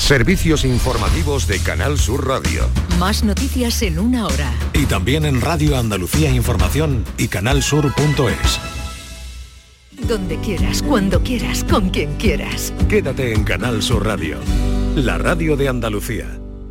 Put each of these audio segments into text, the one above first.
Servicios informativos de Canal Sur Radio. Más noticias en una hora. Y también en Radio Andalucía Información y canalsur.es. Donde quieras, cuando quieras, con quien quieras. Quédate en Canal Sur Radio, la radio de Andalucía.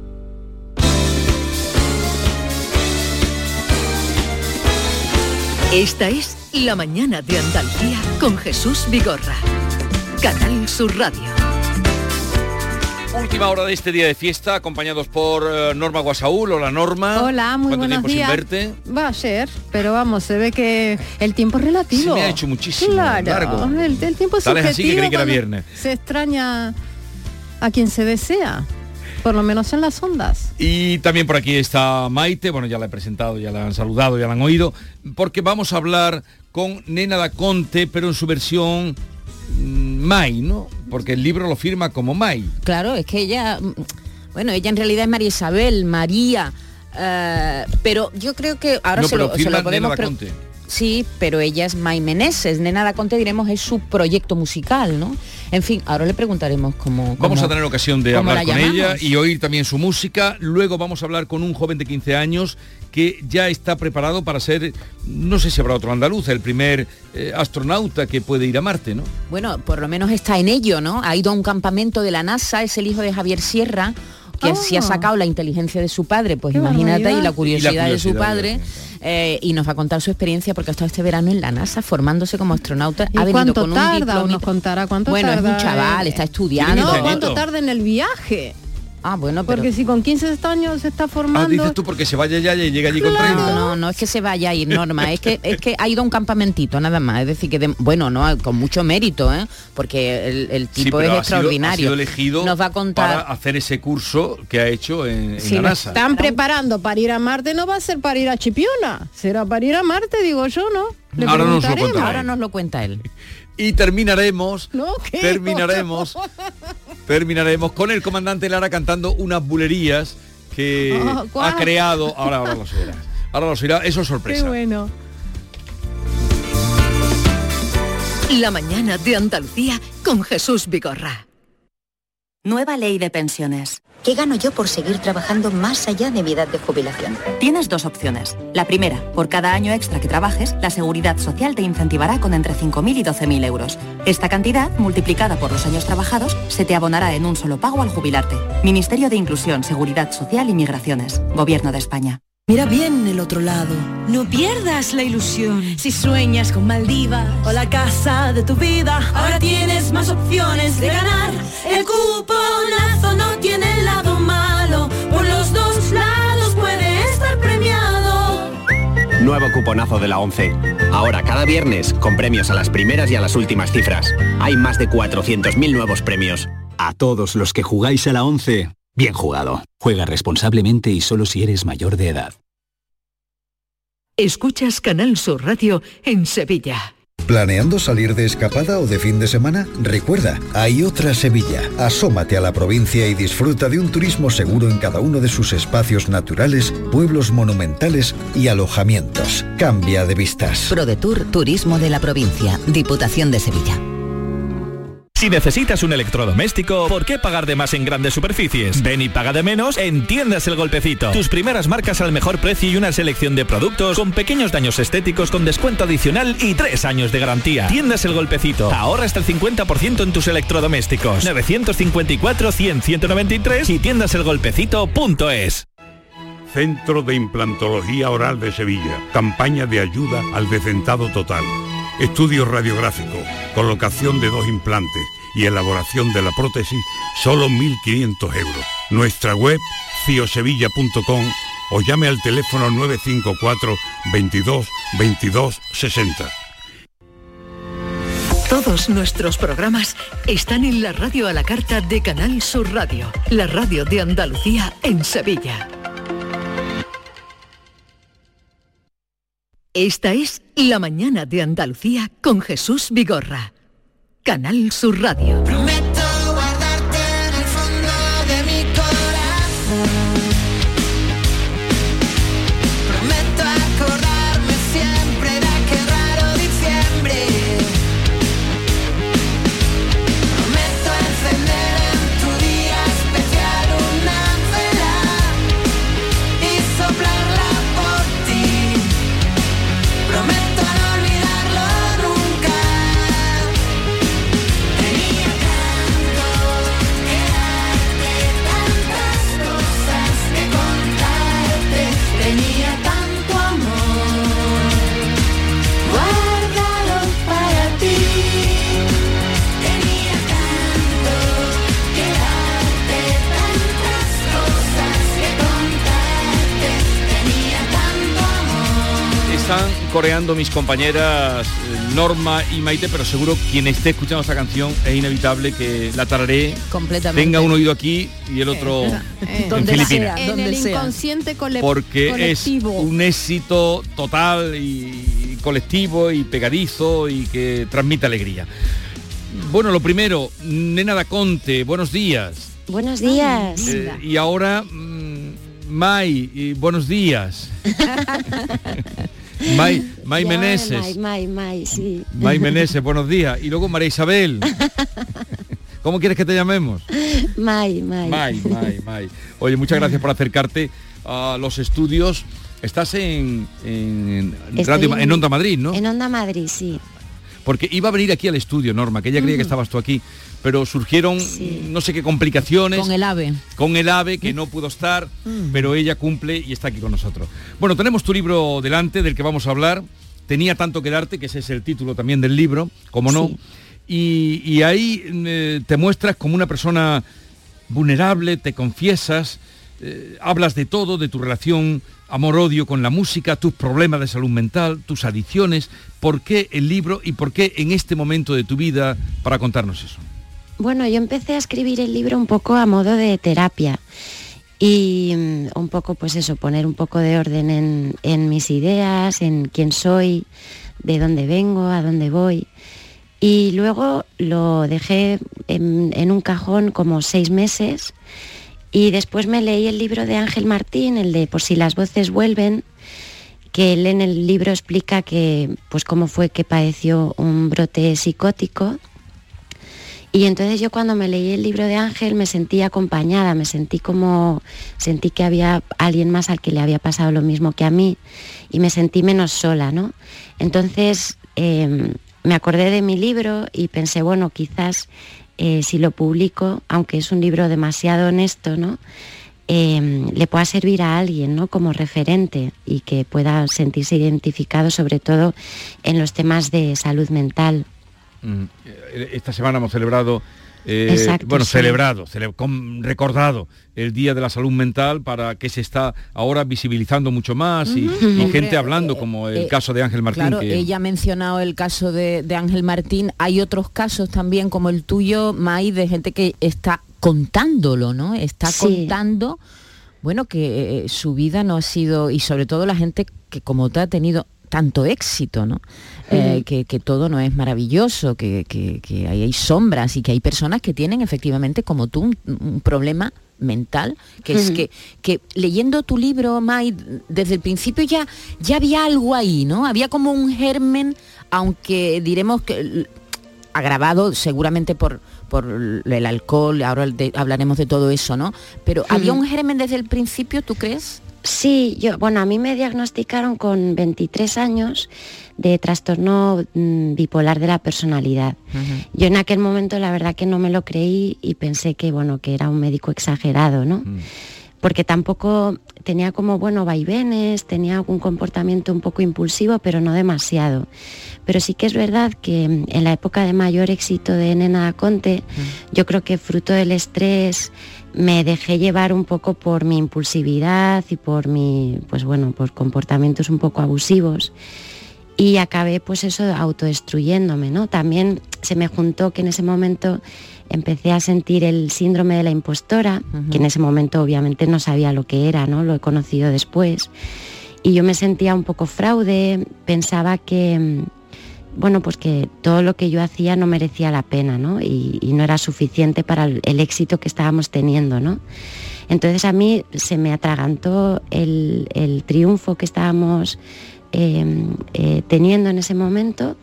Esta es La Mañana de Andalucía con Jesús Vigorra. Canal Sur Radio. Última hora de este día de fiesta, acompañados por Norma Guasaúl. Hola, Norma. Hola, muy buenos días. ¿Cuánto tiempo sin verte? Va a ser, pero vamos, se ve que el tiempo es relativo. Se me ha hecho muchísimo largo. El tiempo es subjetivo. Así que creí que era viernes. Se extraña a quien se desea, por lo menos en las ondas. Y también por aquí está Maite, bueno, ya la he presentado, ya la han saludado, ya la han oído, porque vamos a hablar con Nena Da Conte, pero en su versión Mai, ¿no? Porque el libro lo firma como Mai. Claro, es que ella, bueno, ella en realidad es María Isabel, María, pero yo creo que ahora no, se lo podemos... Nena Da Conte. Sí, pero ella es Mai Meneses. Nena Da Conte, diremos, es su proyecto musical, ¿no? En fin, ahora le preguntaremos cómo vamos a tener ocasión de hablar con llamamos. ella y oír también su música. Luego vamos a hablar con un joven de 15 años que ya está preparado para ser, no sé si habrá otro andaluz, el primer astronauta que puede ir a Marte, ¿no? Bueno, por lo menos está en ello, ¿no? Ha ido a un campamento de la NASA, es el hijo de Javier Sierra, que sí ha sacado la inteligencia de su padre, pues imagínate, y la curiosidad de su padre, y nos va a contar su experiencia porque ha estado este verano en la NASA formándose como astronauta. ¿Y ha venido cuánto con tarda? un diploma. Nos contará cuánto bueno, tarda. Bueno, es un chaval, está estudiando. No, cuánto tarda en el viaje. Ah, bueno, pero... Porque si con 15 años se está formando... dices tú porque se vaya ya y llega allí con 30. No es que se vaya a ir, Norma, es que ha ido a un campamentito nada más, es decir, que con mucho mérito, porque el tipo es extraordinario. Ha sido elegido nos va a contar para hacer ese curso que ha hecho en la NASA. Están preparando para ir a Marte, no va a ser para ir a Chipiona, será para ir a Marte, digo yo, ¿no? Ahora nos lo cuenta él. Y terminaremos con el comandante Lara cantando unas bulerías que ha creado. Ahora los oirá. Eso es sorpresa. Qué bueno. La Mañana de Andalucía con Jesús Vigorra. Nueva ley de pensiones. ¿Qué gano yo por seguir trabajando más allá de mi edad de jubilación? Tienes dos opciones. La primera, por cada año extra que trabajes, la Seguridad Social te incentivará con entre 5.000 y 12.000 euros. Esta cantidad, multiplicada por los años trabajados, se te abonará en un solo pago al jubilarte. Ministerio de Inclusión, Seguridad Social y Migraciones. Gobierno de España. Mira bien el otro lado, no pierdas la ilusión. Si sueñas con Maldivas o la casa de tu vida, ahora tienes más opciones de ganar. El cuponazo no tiene el lado malo, por los dos lados puede estar premiado. Nuevo cuponazo de la 11. Ahora cada viernes con premios a las primeras y a las últimas cifras. Hay más de 400.000 nuevos premios. A todos los que jugáis a la 11, bien jugado. Juega responsablemente y solo si eres mayor de edad. Escuchas Canal Sur Radio en Sevilla. ¿Planeando salir de escapada o de fin de semana? Recuerda, hay otra Sevilla. Asómate a la provincia y disfruta de un turismo seguro en cada uno de sus espacios naturales, pueblos monumentales y alojamientos. Cambia de vistas. ProDetour Turismo de la Provincia, Diputación de Sevilla. Si necesitas un electrodoméstico, ¿por qué pagar de más en grandes superficies? Ven y paga de menos en Tiendas El Golpecito. Tus primeras marcas al mejor precio y una selección de productos con pequeños daños estéticos con descuento adicional y 3 años de garantía. Tiendas El Golpecito. Ahorra hasta el 50% en tus electrodomésticos. 954-100-193 y tiendaselgolpecito.es. Centro de Implantología Oral de Sevilla. Campaña de ayuda al decentado total. Estudio radiográfico, colocación de 2 implantes y elaboración de la prótesis, solo 1.500 euros. Nuestra web, ciosevilla.com o llame al teléfono 954 22 22 60. Todos nuestros programas están en la radio a la carta de Canal Sur Radio, la radio de Andalucía en Sevilla. Esta es La Mañana de Andalucía con Jesús Vigorra. Canal Sur Radio. Prometo guardarte en el fondo de mi corazón. Prometo acordarme siempre de aquel raro diciembre. Prometo encender en tu día especial coreando mis compañeras Norma y Maite, pero seguro quien esté escuchando esta canción es inevitable que la tararee, completamente, tenga un oído aquí y el otro en Filipinas. En el inconsciente porque colectivo. es un éxito total y colectivo y pegadizo y que transmite alegría. Bueno, lo primero, Nena da Conte, buenos días. Buenos días. Y ahora, Mai, y buenos días. Mai Meneses. Mai, sí. Mai Meneses, buenos días. Y luego María Isabel. ¿Cómo quieres que te llamemos? Mai. Oye, muchas gracias por acercarte a los estudios. Estás en Radio, en Onda Madrid, ¿no? En Onda Madrid, sí. Porque iba a venir aquí al estudio, Norma, que ella creía que estabas tú aquí, pero surgieron no sé qué complicaciones. Con el AVE, que no pudo estar, pero ella cumple y está aquí con nosotros. Bueno, tenemos tu libro delante, del que vamos a hablar. Tenía tanto que darte, que ese es el título también del libro, como no. Y ahí te muestras como una persona vulnerable, te confiesas, hablas de todo, de tu relación amor-odio con la música, tus problemas de salud mental, tus adicciones. ¿Por qué el libro y por qué en este momento de tu vida para contarnos eso? Bueno, yo empecé a escribir el libro un poco a modo de terapia y un poco, pues eso, poner un poco de orden en mis ideas, en quién soy, de dónde vengo, a dónde voy. Y luego lo dejé en un cajón como 6 meses. Y después me leí el libro de Ángel Martín, el de Por si las voces vuelven, que él en el libro explica que, pues cómo fue que padeció un brote psicótico. Y entonces yo cuando me leí el libro de Ángel me sentí acompañada, sentí que había alguien más al que le había pasado lo mismo que a mí y me sentí menos sola, ¿no? Entonces me acordé de mi libro y pensé, bueno, quizás si lo publico, aunque es un libro demasiado honesto, ¿no? Le pueda servir a alguien, ¿no? Como referente y que pueda sentirse identificado sobre todo en los temas de salud mental. Esta semana hemos celebrado, recordado el Día de la Salud Mental, para que se está ahora visibilizando mucho más y gente hablando, como el caso de Ángel Martín. Claro, ella ha mencionado el caso de Ángel Martín. Hay otros casos también como el tuyo, Mai, de gente que está contándolo, ¿no? Está contando, bueno, que su vida no ha sido, y sobre todo la gente que como te ha tenido tanto éxito, ¿no? Que todo no es maravilloso, que hay sombras y que hay personas que tienen efectivamente, como tú, un problema mental, que es que leyendo tu libro, Mai, desde el principio ya había algo ahí, ¿no? Había como un germen, aunque diremos que agravado seguramente por el alcohol, ahora hablaremos de todo eso, ¿no? Pero había un germen desde el principio, ¿tú crees? Sí, a mí me diagnosticaron con 23 años de trastorno bipolar de la personalidad. Yo en aquel momento la verdad que no me lo creí y pensé que era un médico exagerado, ¿no? Porque tampoco tenía como, vaivenes, tenía un comportamiento un poco impulsivo, pero no demasiado. Pero sí que es verdad que en la época de mayor éxito de Nena da Conte, yo creo que fruto del estrés me dejé llevar un poco por mi impulsividad y por por comportamientos un poco abusivos. Y acabé, autodestruyéndome, ¿no? También se me juntó que en ese momento empecé a sentir el síndrome de la impostora, que en ese momento obviamente no sabía lo que era, ¿no? Lo he conocido después. Y yo me sentía un poco fraude, pensaba que, que todo lo que yo hacía no merecía la pena, ¿no? Y no era suficiente para el éxito que estábamos teniendo, ¿no? Entonces a mí se me atragantó el triunfo que estábamos teniendo en ese momento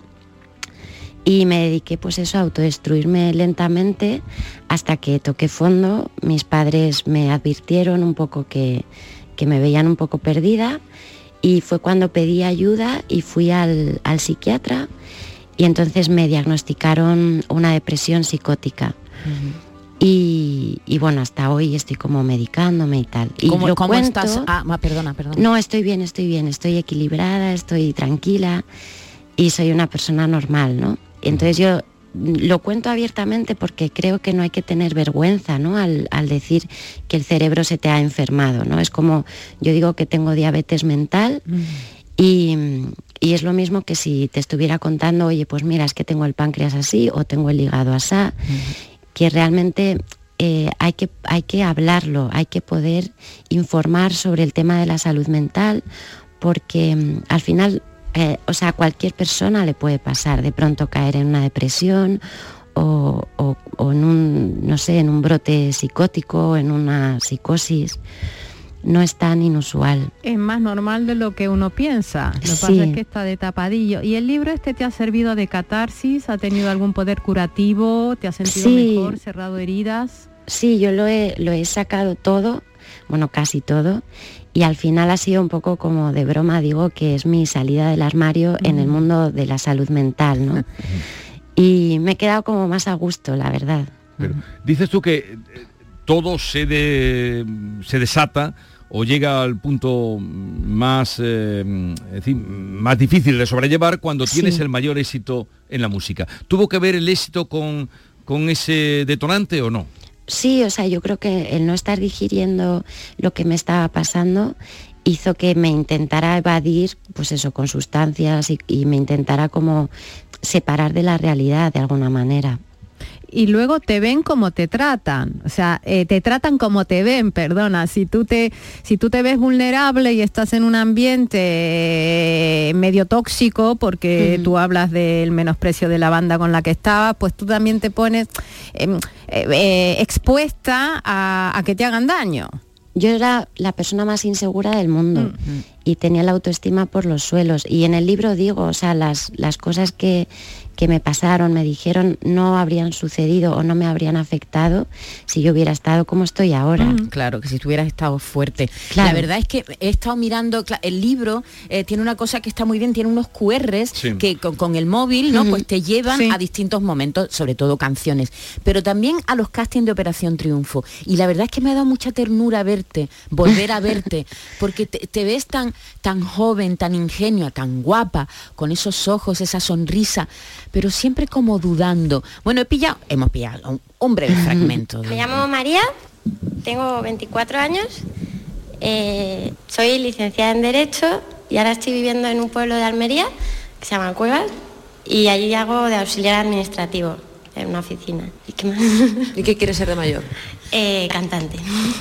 y me dediqué a autodestruirme lentamente hasta que toqué fondo. Mis padres me advirtieron un poco que me veían un poco perdida y fue cuando pedí ayuda y fui al psiquiatra y entonces me diagnosticaron una depresión psicótica. Y hasta hoy estoy como medicándome y tal. Y ¿Cómo estás? Perdona. No, estoy bien, estoy equilibrada, estoy tranquila y soy una persona normal, ¿no? Entonces yo lo cuento abiertamente porque creo que no hay que tener vergüenza, ¿no? Al decir que el cerebro se te ha enfermado, ¿no? Es como, yo digo que tengo diabetes mental y Y es lo mismo que si te estuviera contando, oye, pues mira, es que tengo el páncreas así o tengo el hígado así, que realmente hay que hablarlo, hay que poder informar sobre el tema de la salud mental, porque al final, a cualquier persona le puede pasar de pronto caer en una depresión o en un, no sé, en un brote psicótico, en una psicosis. No es tan inusual. Es más normal de lo que uno piensa. Lo que pasa es que está de tapadillo. ¿Y el libro te ha servido de catarsis? ¿Ha tenido algún poder curativo? ¿Te has sentido mejor, cerrado heridas? Sí, yo lo he sacado todo, bueno, casi todo, y al final ha sido un poco como de broma, digo que es mi salida del armario en el mundo de la salud mental, ¿no? Y me he quedado como más a gusto, la verdad. Pero dices tú que todo se desata o llega al punto más, más difícil de sobrellevar cuando tienes el mayor éxito en la música. ¿Tuvo que ver el éxito con ese detonante o no? Sí, yo creo que el no estar digiriendo lo que me estaba pasando hizo que me intentara evadir, pues eso, con sustancias y me intentara como separar de la realidad de alguna manera. Y luego te ven como te tratan, te tratan como te ven, perdona. Si tú te ves vulnerable y estás en un ambiente medio tóxico, porque tú hablas del menosprecio de la banda con la que estabas, pues tú también te pones expuesta a que te hagan daño. Yo era la persona más insegura del mundo y tenía la autoestima por los suelos. Y en el libro digo, las cosas que me pasaron, me dijeron, no habrían sucedido o no me habrían afectado si yo hubiera estado como estoy ahora. Claro, que si tú hubieras estado fuerte. Claro. La verdad es que he estado mirando, el libro tiene una cosa que está muy bien, tiene unos QRs que con el móvil, ¿no? Pues te llevan a distintos momentos, sobre todo canciones, pero también a los castings de Operación Triunfo. Y la verdad es que me ha dado mucha ternura volver a verte, porque te ves tan joven, tan ingenua, tan guapa, con esos ojos, esa sonrisa, pero siempre como dudando. Bueno, hemos pillado un breve fragmento. Me llamo María, tengo 24 años, soy licenciada en Derecho y ahora estoy viviendo en un pueblo de Almería que se llama Cuevas y allí hago de auxiliar administrativo en una oficina. ¿Y qué más? ¿Y qué quieres ser de mayor? Cantante.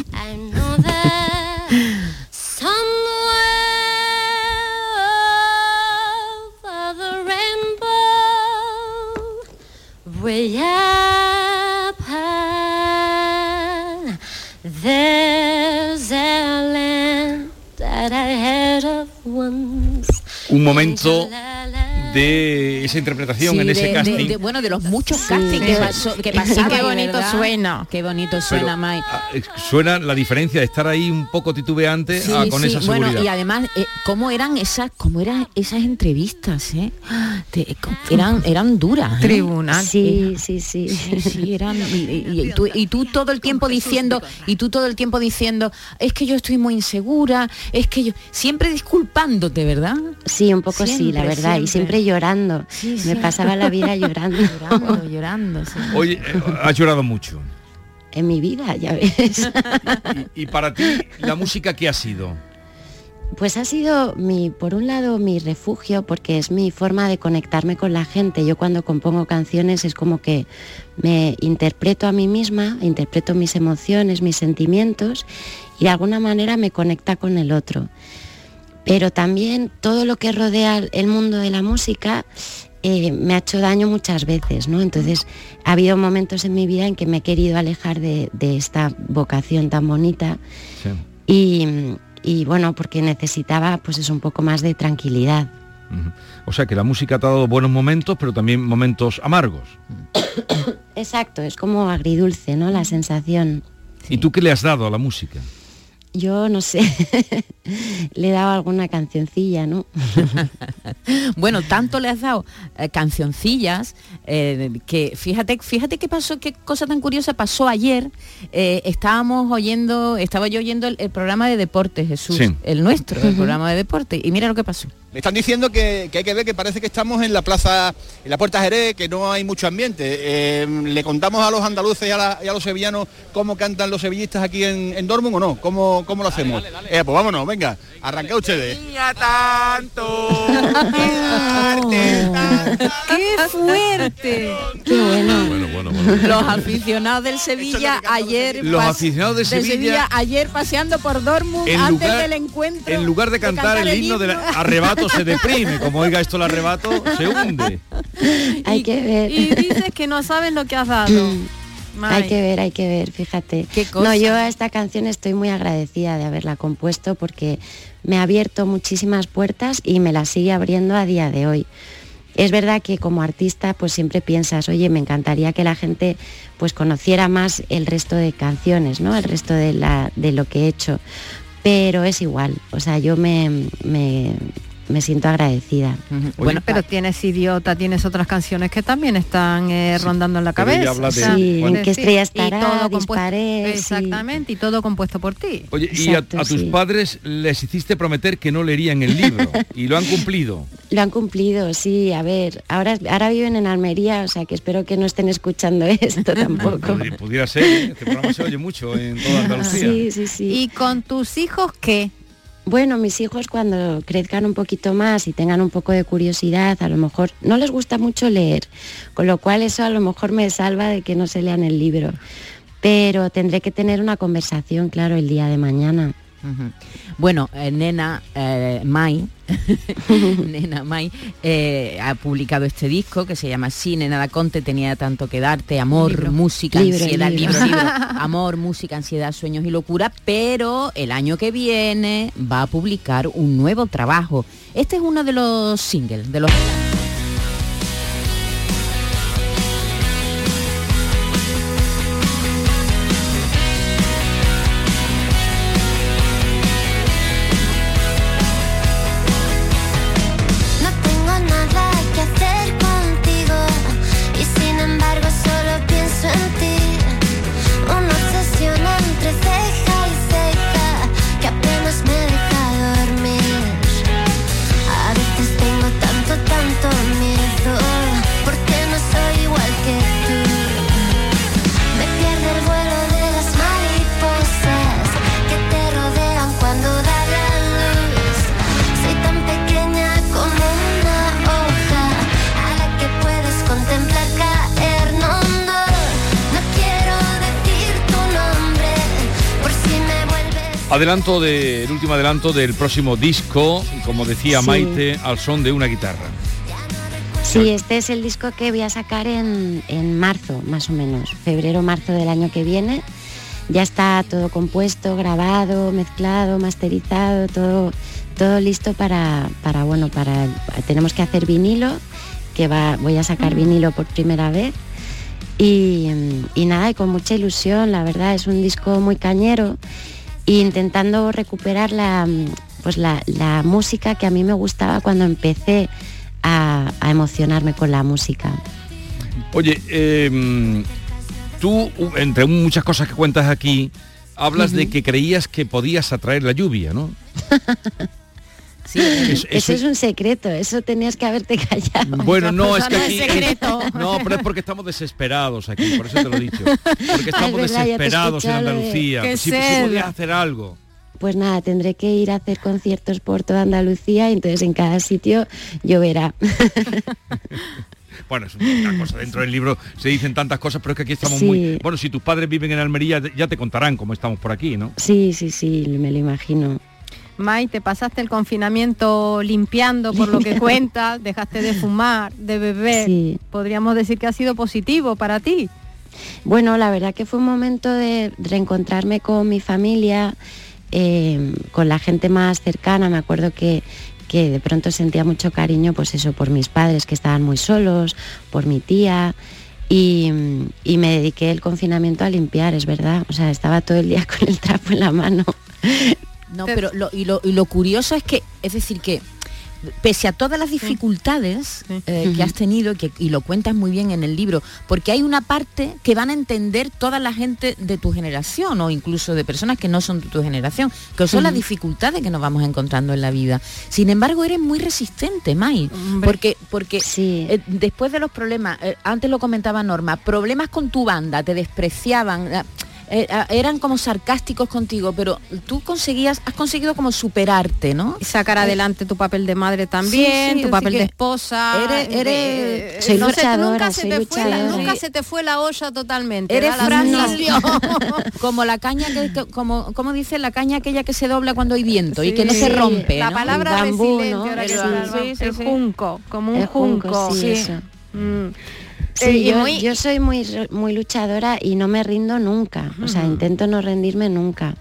Way up high, there's a land that I heard of once. Un momento de esa interpretación en ese casting. De los muchos castings que pasaban. Qué bonito suena. Qué bonito suena, Mai. Suena la diferencia de estar ahí un poco titubeante con esa seguridad. Bueno, y además, ¿cómo eran esas entrevistas? Eran duras. Tribunal. Sí, eran. Y tú todo el tiempo diciendo, es que yo estoy muy insegura, es que yo. Siempre disculpándote, ¿verdad? Sí, un poco siempre, sí, la verdad. Siempre. Y siempre llorando. Me pasaba la vida llorando. llorando. Sí. Oye, has llorado mucho. En mi vida, ya ves. ¿Y para ti, la música qué ha sido? Pues ha sido, por un lado, mi refugio, porque es mi forma de conectarme con la gente. Yo cuando compongo canciones es como que me interpreto a mí misma, interpreto mis emociones, mis sentimientos, y de alguna manera me conecta con el otro. Pero también todo lo que rodea el mundo de la música me ha hecho daño muchas veces, ¿no? Entonces ha habido momentos en mi vida en que me he querido alejar de esta vocación tan bonita y bueno, porque necesitaba pues eso, un poco más de tranquilidad. O sea que la música te ha dado buenos momentos, pero también momentos amargos. Exacto, es como agridulce, ¿no? La sensación. ¿Y tú qué le has dado a la música? Yo no sé, le he dado alguna cancioncilla, ¿no? Bueno, tanto le has dado cancioncillas que fíjate qué pasó, qué cosa tan curiosa pasó ayer. Estaba yo oyendo el programa de deportes, Jesús, el nuestro, el programa de deportes, y mira lo que pasó. Me están diciendo que hay que ver, que parece que estamos en la plaza, en la Puerta Jerez, que no hay mucho ambiente. ¿Le contamos a los andaluces y a los sevillanos cómo cantan los sevillistas aquí en Dortmund o no? ¿Cómo lo hacemos? Dale. Pues vámonos, venga, arrancad ustedes. Tanto, ¡qué fuerte! ¡Qué bueno! Los aficionados del Sevilla ayer... ayer paseando por Dortmund antes del encuentro. En lugar de cantar el himno del arrebato se deprime. Como oiga esto el arrebato, se hunde. Hay que ver. Y dices que no sabes lo que has dado. Hay que ver, fíjate. No, yo a esta canción estoy muy agradecida de haberla compuesto porque me ha abierto muchísimas puertas y me las sigue abriendo a día de hoy. Es verdad que como artista pues siempre piensas, oye, me encantaría que la gente pues conociera más el resto de canciones, ¿no? El resto de lo que he hecho. Pero es igual, o sea, yo me siento agradecida. Bueno, pero tienes Idiota, tienes otras canciones que también están rondando en la cabeza. Sí, ¿en qué estrella estará? Disparé. Exactamente, y todo compuesto por ti. Oye, exacto, y a tus padres les hiciste prometer que no leerían el libro, y lo han cumplido. Lo han cumplido, sí, a ver, ahora viven en Almería, o sea que espero que no estén escuchando esto tampoco. Pudiera ser, este programa se oye mucho en toda Andalucía. Sí. ¿Y con tus hijos qué? Bueno, mis hijos cuando crezcan un poquito más y tengan un poco de curiosidad, a lo mejor no les gusta mucho leer, con lo cual eso a lo mejor me salva de que no se lean el libro. Pero tendré que tener una conversación, claro, el día de mañana. Bueno, Nena May ha publicado este disco que se llama así, Nena da Conte, tenía tanto que darte, amor, música, ansiedad, libro. Amor, música, ansiedad, sueños y locura, pero el año que viene va a publicar un nuevo trabajo. Este es uno de los singles, de los... El último adelanto del próximo disco, como decía Maite, al son de una guitarra. Sí, este es el disco que voy a sacar en marzo, más o menos, febrero-marzo del año que viene. Ya está todo compuesto, grabado, mezclado, masterizado, todo listo para tenemos que hacer vinilo, voy a sacar vinilo por primera vez. Y nada, y con mucha ilusión, la verdad, es un disco muy cañero. E intentando recuperar la música que a mí me gustaba cuando empecé a emocionarme con la música. Oye, tú, entre muchas cosas que cuentas aquí, hablas de que creías que podías atraer la lluvia, ¿no? Sí, eso es un secreto, eso tenías que haberte callado. Bueno, no, es que aquí... No, pero es porque estamos desesperados aquí, por eso te lo he dicho. Porque estamos desesperados en Andalucía. Si podías hacer algo. Pues nada, tendré que ir a hacer conciertos por toda Andalucía y entonces en cada sitio lloverá. Bueno, es una cosa, dentro del libro se dicen tantas cosas, pero es que aquí estamos muy... Bueno, si tus padres viven en Almería, ya te contarán cómo estamos por aquí, ¿no? Sí, me lo imagino. May, te pasaste el confinamiento limpiando, por lo que cuentas, dejaste de fumar, de beber. Sí. Podríamos decir que ha sido positivo para ti. Bueno, la verdad que fue un momento de reencontrarme con mi familia, con la gente más cercana. Me acuerdo que de pronto sentía mucho cariño, pues eso, por mis padres que estaban muy solos, por mi tía. Y me dediqué el confinamiento a limpiar, es verdad. O sea, estaba todo el día con el trapo en la mano. No, pero lo curioso es que, es decir, que pese a todas las dificultades que has tenido, y lo cuentas muy bien en el libro, porque hay una parte que van a entender toda la gente de tu generación, o incluso de personas que no son de tu generación, que son las dificultades que nos vamos encontrando en la vida. Sin embargo, eres muy resistente, Mai, porque después de los problemas, antes lo comentaba Norma, problemas con tu banda, te despreciaban, eran como sarcásticos contigo, pero tú has conseguido como superarte, ¿no? Y sacar adelante tu papel de madre también, tu papel de esposa. Soy luchadora, Nunca se te fue la olla totalmente. Eres frágil. Como la caña como dice la caña aquella que se dobla cuando hay viento y que no se rompe. La palabra bambú, resiliente, el junco, como un junco. Sí, eso. Sí, yo soy muy luchadora y no me rindo nunca. O sea, intento no rendirme nunca.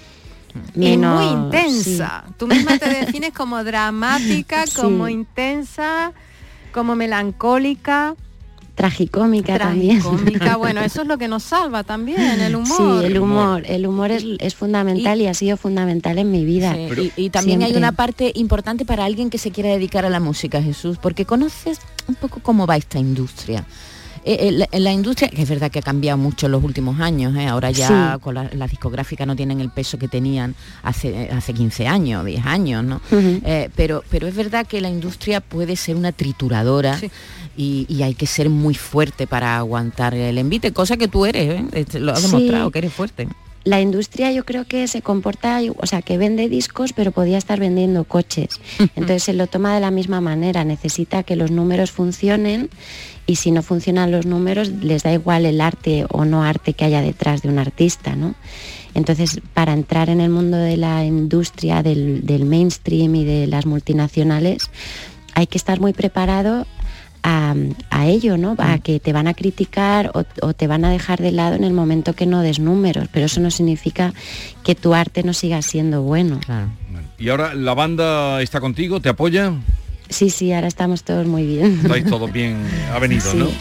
Y muy intensa. Tú misma te defines como dramática, como intensa, como melancólica. Tragicómica también. Bueno, eso es lo que nos salva también, el humor. Sí, el humor es fundamental y ha sido fundamental en mi vida. Sí, y también siempre hay una parte importante para alguien que se quiera dedicar a la música, Jesús, porque conoces un poco cómo va esta industria. La industria, que es verdad que ha cambiado mucho en los últimos años, ahora ya con las discográficas no tienen el peso que tenían hace 15 años, 10 años, ¿no? Pero es verdad que la industria puede ser una trituradora. Y hay que ser muy fuerte para aguantar el envite, cosa que tú eres, lo has demostrado, que eres fuerte. La industria yo creo que se comporta, o sea, que vende discos, pero podía estar vendiendo coches. Entonces se lo toma de la misma manera, necesita que los números funcionen, y si no funcionan los números, les da igual el arte o no arte que haya detrás de un artista, ¿no? Entonces, para entrar en el mundo de la industria, del mainstream y de las multinacionales, hay que estar muy preparado a ello, ¿no? A que te van a criticar o te van a dejar de lado en el momento que no des números, pero eso no significa que tu arte no siga siendo bueno. Claro. ¿Y ahora la banda está contigo? ¿Te apoya? Sí, ahora estamos todos muy bien. Estáis todos bien avenidos, ¿no?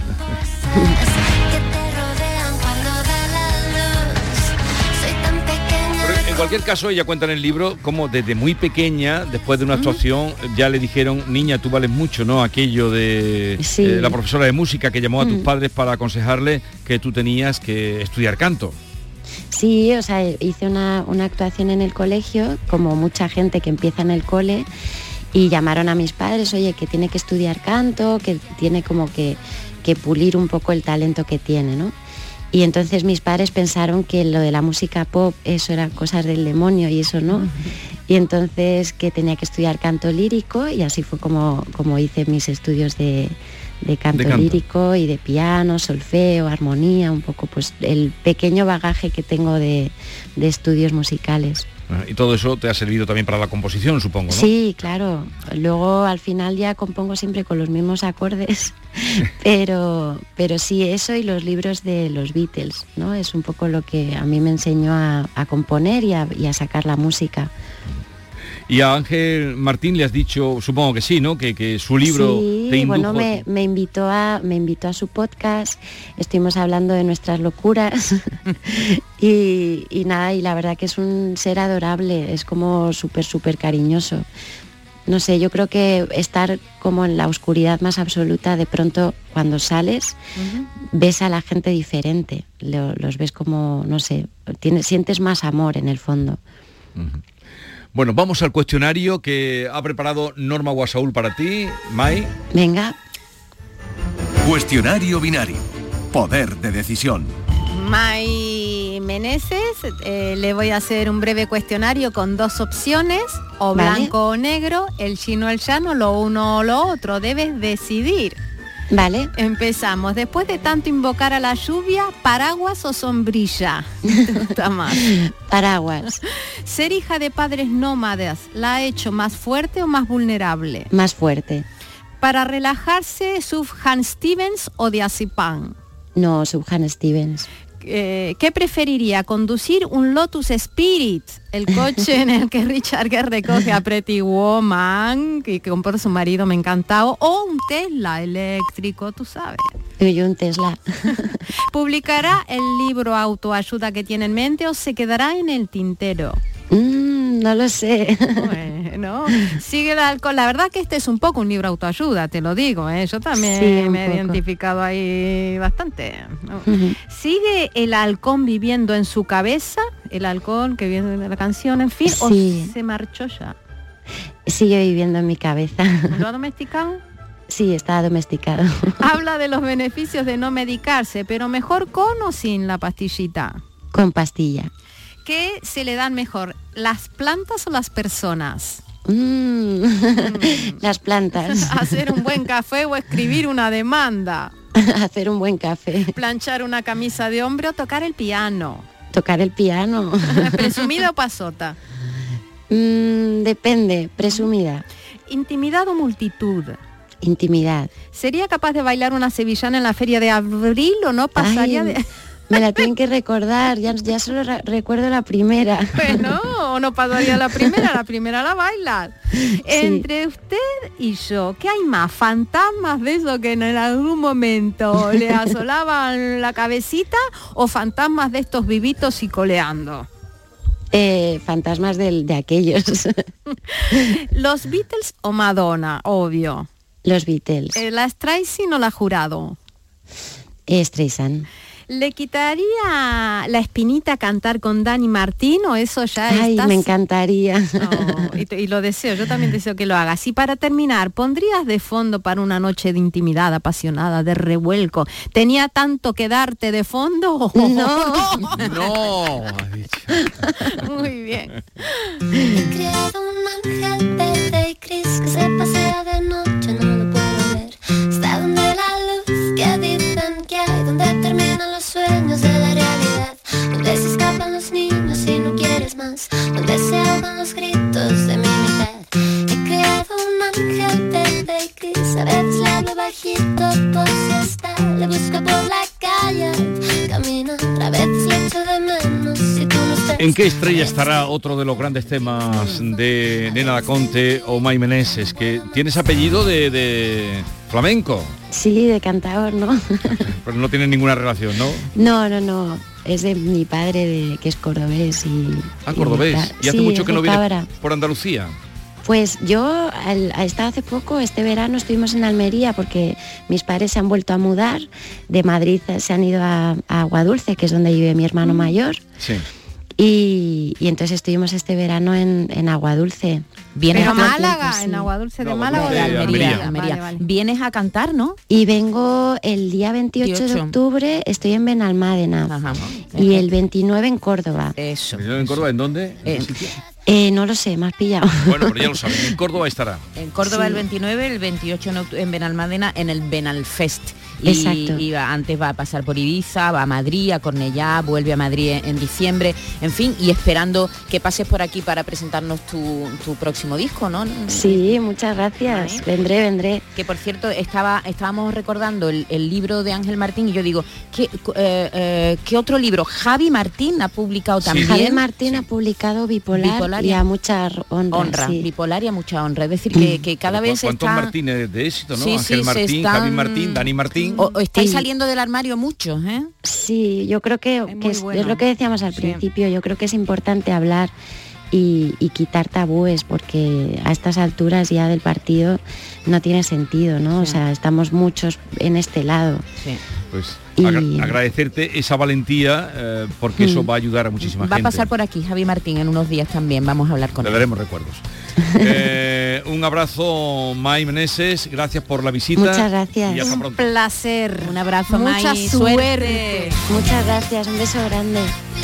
En cualquier caso, ella cuenta en el libro cómo desde muy pequeña, después de una actuación, ya le dijeron, niña, tú vales mucho, ¿no? Aquello de la profesora de música que llamó a tus padres para aconsejarle que tú tenías que estudiar canto. Sí, o sea, hice una actuación en el colegio, como mucha gente que empieza en el cole, y llamaron a mis padres, oye, que tiene que estudiar canto, que tiene como que pulir un poco el talento que tiene, ¿no? Y entonces mis padres pensaron que lo de la música pop, eso eran cosas del demonio y eso no. Y entonces que tenía que estudiar canto lírico, y así fue como hice mis estudios de canto lírico y de piano, solfeo, armonía, un poco pues el pequeño bagaje que tengo de estudios musicales. Y todo eso te ha servido también para la composición, supongo, ¿no? Sí, claro. Luego al final ya compongo siempre con los mismos acordes, pero sí, eso y los libros de los Beatles, ¿no? Es un poco lo que a mí me enseñó a componer y a sacar la música. Y a Ángel Martín le has dicho, supongo que sí, ¿no? Que su libro te indujo. Bueno, me invitó a su podcast, estuvimos hablando de nuestras locuras y nada, y la verdad que es un ser adorable, es como súper cariñoso. No sé, yo creo que estar como en la oscuridad más absoluta, de pronto cuando sales, ves a la gente diferente, los ves como, no sé, sientes más amor en el fondo. Bueno, vamos al cuestionario que ha preparado Norma Guasaúl para ti, Mai. Venga. Cuestionario binario. Poder de decisión. Mai Meneses, le voy a hacer un breve cuestionario con dos opciones, o blanco o negro, el chino o el llano, lo uno o lo otro, debes decidir. Vale. Empezamos. Después de tanto invocar a la lluvia, ¿paraguas o sombrilla? ¿Te gusta más? Paraguas. ¿Ser hija de padres nómadas la ha hecho más fuerte o más vulnerable? Más fuerte. Para relajarse, ¿Sufjan Stevens o Diazepam? No, Sufjan Stevens. ¿Qué preferiría? ¿Conducir un Lotus Spirit, el coche en el que Richard Gere recoge a Pretty Woman, que compró su marido, me encantado, o un Tesla eléctrico, tú sabes? Yo un Tesla. ¿Publicará el libro autoayuda que tiene en mente o se quedará en el tintero? No lo sé. Bueno, ¿no? Sigue el alcohol. La verdad que este es un poco un libro autoayuda, te lo digo, ¿eh? Yo también me he identificado ahí bastante, ¿no? ¿Sigue el halcón viviendo en su cabeza? El halcón que viene de la canción, en fin, ¿o se marchó ya? Sigue viviendo en mi cabeza. ¿Lo ha domesticado? Sí, está domesticado. Habla de los beneficios de no medicarse, pero mejor con o sin la pastillita. Con pastilla. ¿Qué se le dan mejor, las plantas o las personas? Las plantas. Hacer un buen café o escribir una demanda. Hacer un buen café. Planchar una camisa de hombre o tocar el piano. Tocar el piano. ¿Presumida o pasota? Depende, presumida. ¿Intimidad o multitud? Intimidad. ¿Sería capaz de bailar una sevillana en la feria de abril o no pasaría de...? Me la tienen que recordar, ya solo recuerdo la primera. Bueno, o no pasaría la primera la bailas. Sí. Entre usted y yo, ¿qué hay más? ¿Fantasmas de eso que en algún momento le asolaban la cabecita o fantasmas de estos vivitos y coleando? Fantasmas de aquellos. ¿Los Beatles o Madonna? Obvio. Los Beatles. ¿La Streisand o la Jurado? Streisand. ¿Le quitaría la espinita cantar con Dani Martín o eso ya estás...? Me encantaría. No, y lo deseo, yo también deseo que lo hagas. Y para terminar, ¿pondrías de fondo para una noche de intimidad apasionada, de revuelco? ¿Tenía tanto que darte de fondo? No. No. Muy bien. He creado un ángel verde y gris que se pasea de noche, no lo puedo ver. Está donde la luz que dicen que hay, donde terminan los sueños de la realidad, donde se escapan los niños y no quieres más, donde se ahogan los gritos de mi mitad. He creado un ángel verde y gris, a veces le hablo bajito por si está, le busco por la calle, camina, a veces le echo de menos si tú no estás. ¿En qué estrella estará otro de los grandes temas de Nena da Conte o Mai Meneses, que tienes apellido de flamenco? Sí, de cantador, ¿no? Pero no tiene ninguna relación, ¿no? No. Es de mi padre, que es cordobés y... Cordobés. ¿Y hace mucho que no viene por Andalucía? Pues yo, hasta hace poco, este verano, estuvimos en Almería porque mis padres se han vuelto a mudar. De Madrid se han ido a Aguadulce, que es donde vive mi hermano mayor. Sí. Y entonces estuvimos este verano en Aguadulce. ¿Vienes a Málaga? Sí. ¿En Aguadulce de Málaga o de Almería? Vale. Vienes a cantar, ¿no? Y vengo el día 28 de octubre, estoy en Benalmádena. Ajá. Y el 29 en Córdoba. Eso. ¿En Córdoba en dónde? No lo sé, me has pillado. Bueno, pero ya lo saben, en Córdoba estará. En Córdoba el 29, el 28 en Benalmádena, en el Benalfest. Exacto. Y antes va a pasar por Ibiza, va a Madrid, a Cornellá, vuelve a Madrid en diciembre, en fin, y esperando que pases por aquí para presentarnos tu próximo disco, ¿no? Sí, muchas gracias. ¿Vale? Vendré. Que por cierto, estábamos recordando el libro de Ángel Martín y yo digo, ¿qué otro libro? Javi Martín ha publicado también. Javi Martín ha publicado Bipolar y a mucha honra. Sí. Bipolar y a mucha honra. Es decir, que cada vez ¿cuántos está... Martínez de éxito, no? Sí, Ángel Martín, Javi Martín, Dani Martín. O estáis saliendo del armario muchos, ¿eh? Sí, yo creo que es lo que decíamos al principio, yo creo que es importante hablar y quitar tabúes, porque a estas alturas ya del partido no tiene sentido, ¿no? Sí. O sea, estamos muchos en este lado. Sí. Pues agradecerte esa valentía, porque eso va a ayudar a muchísima gente. Va a pasar por aquí Javi Martín en unos días también, vamos a hablar con él. Le daremos recuerdos. Un abrazo, Mai Meneses, gracias por la visita. Muchas gracias. Y hasta pronto. Un placer. Un abrazo, Mai. Mucha suerte. Muchas gracias, un beso grande.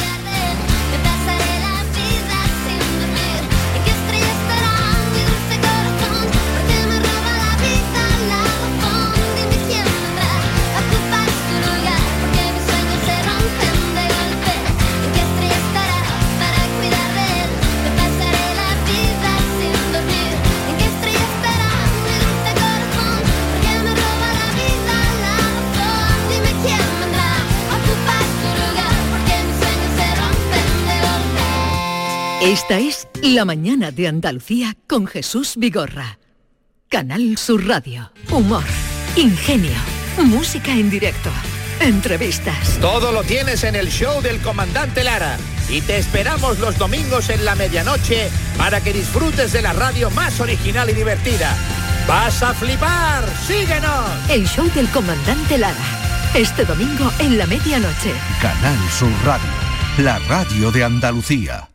Esta es La Mañana de Andalucía con Jesús Vigorra. Canal Sur Radio. Humor, ingenio, música en directo. entrevistas. Todo lo tienes en el show del Comandante Lara. Y te esperamos los domingos en la medianoche para que disfrutes de la radio más original y divertida. ¡Vas a flipar! ¡Síguenos! El show del Comandante Lara. Este domingo en la medianoche. Canal Sur Radio, la radio de Andalucía.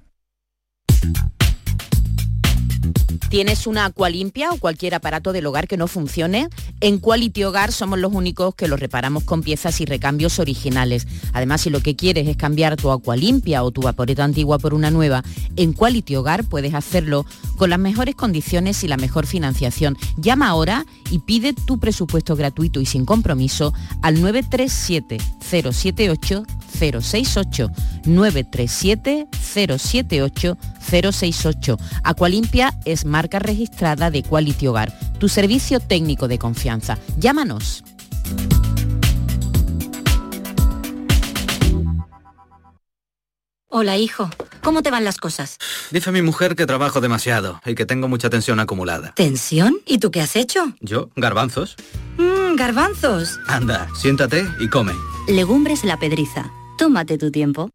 ¿Tienes una Aqualimpia o cualquier aparato del hogar que no funcione? En Quality Hogar somos los únicos que los reparamos con piezas y recambios originales. Además, si lo que quieres es cambiar tu Aqualimpia o tu vaporeta antigua por una nueva, en Quality Hogar puedes hacerlo con las mejores condiciones y la mejor financiación. Llama ahora y pide tu presupuesto gratuito y sin compromiso al 937 078 068 937 078 068. Aqualimpia es marca registrada de Quality Hogar, tu servicio técnico de confianza. Llámanos. Hola, hijo. ¿Cómo te van las cosas? Dice mi mujer que trabajo demasiado y que tengo mucha tensión acumulada. ¿Tensión? ¿Y tú qué has hecho? ¿Yo? ¿Garbanzos? Garbanzos. Anda, siéntate y come. Legumbres La Pedriza. Tómate tu tiempo.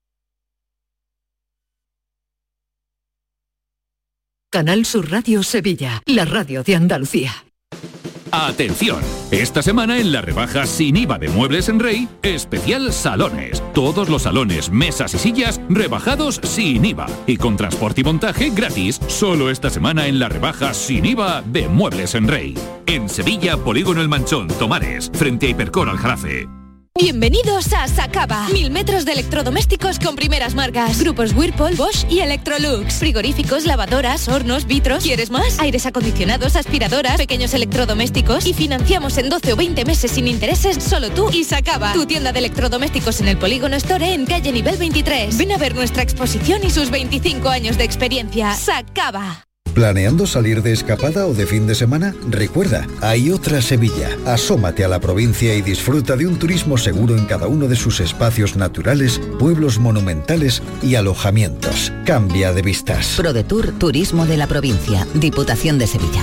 Canal Sur Radio Sevilla, la radio de Andalucía. Atención, esta semana en las rebajas sin IVA de Muebles en Rey, especial salones. Todos los salones, mesas y sillas rebajados sin IVA y con transporte y montaje gratis. Solo esta semana en las rebajas sin IVA de Muebles en Rey. En Sevilla, Polígono El Manchón, Tomares, frente a Hipercor Aljarafe. Bienvenidos a Sacaba. 1000 metros de electrodomésticos con primeras marcas. Grupos Whirlpool, Bosch y Electrolux. Frigoríficos, lavadoras, hornos, vitros. ¿Quieres más? Aires acondicionados, aspiradoras, pequeños electrodomésticos. Y financiamos en 12 o 20 meses sin intereses, solo tú y Sacaba. Tu tienda de electrodomésticos en el Polígono Store en calle nivel 23. Ven a ver nuestra exposición y sus 25 años de experiencia. Sacaba. ¿Planeando salir de escapada o de fin de semana? Recuerda, hay otra Sevilla. Asómate a la provincia y disfruta de un turismo seguro en cada uno de sus espacios naturales, pueblos monumentales y alojamientos. Cambia de vistas. ProDetour Turismo de la Provincia, Diputación de Sevilla.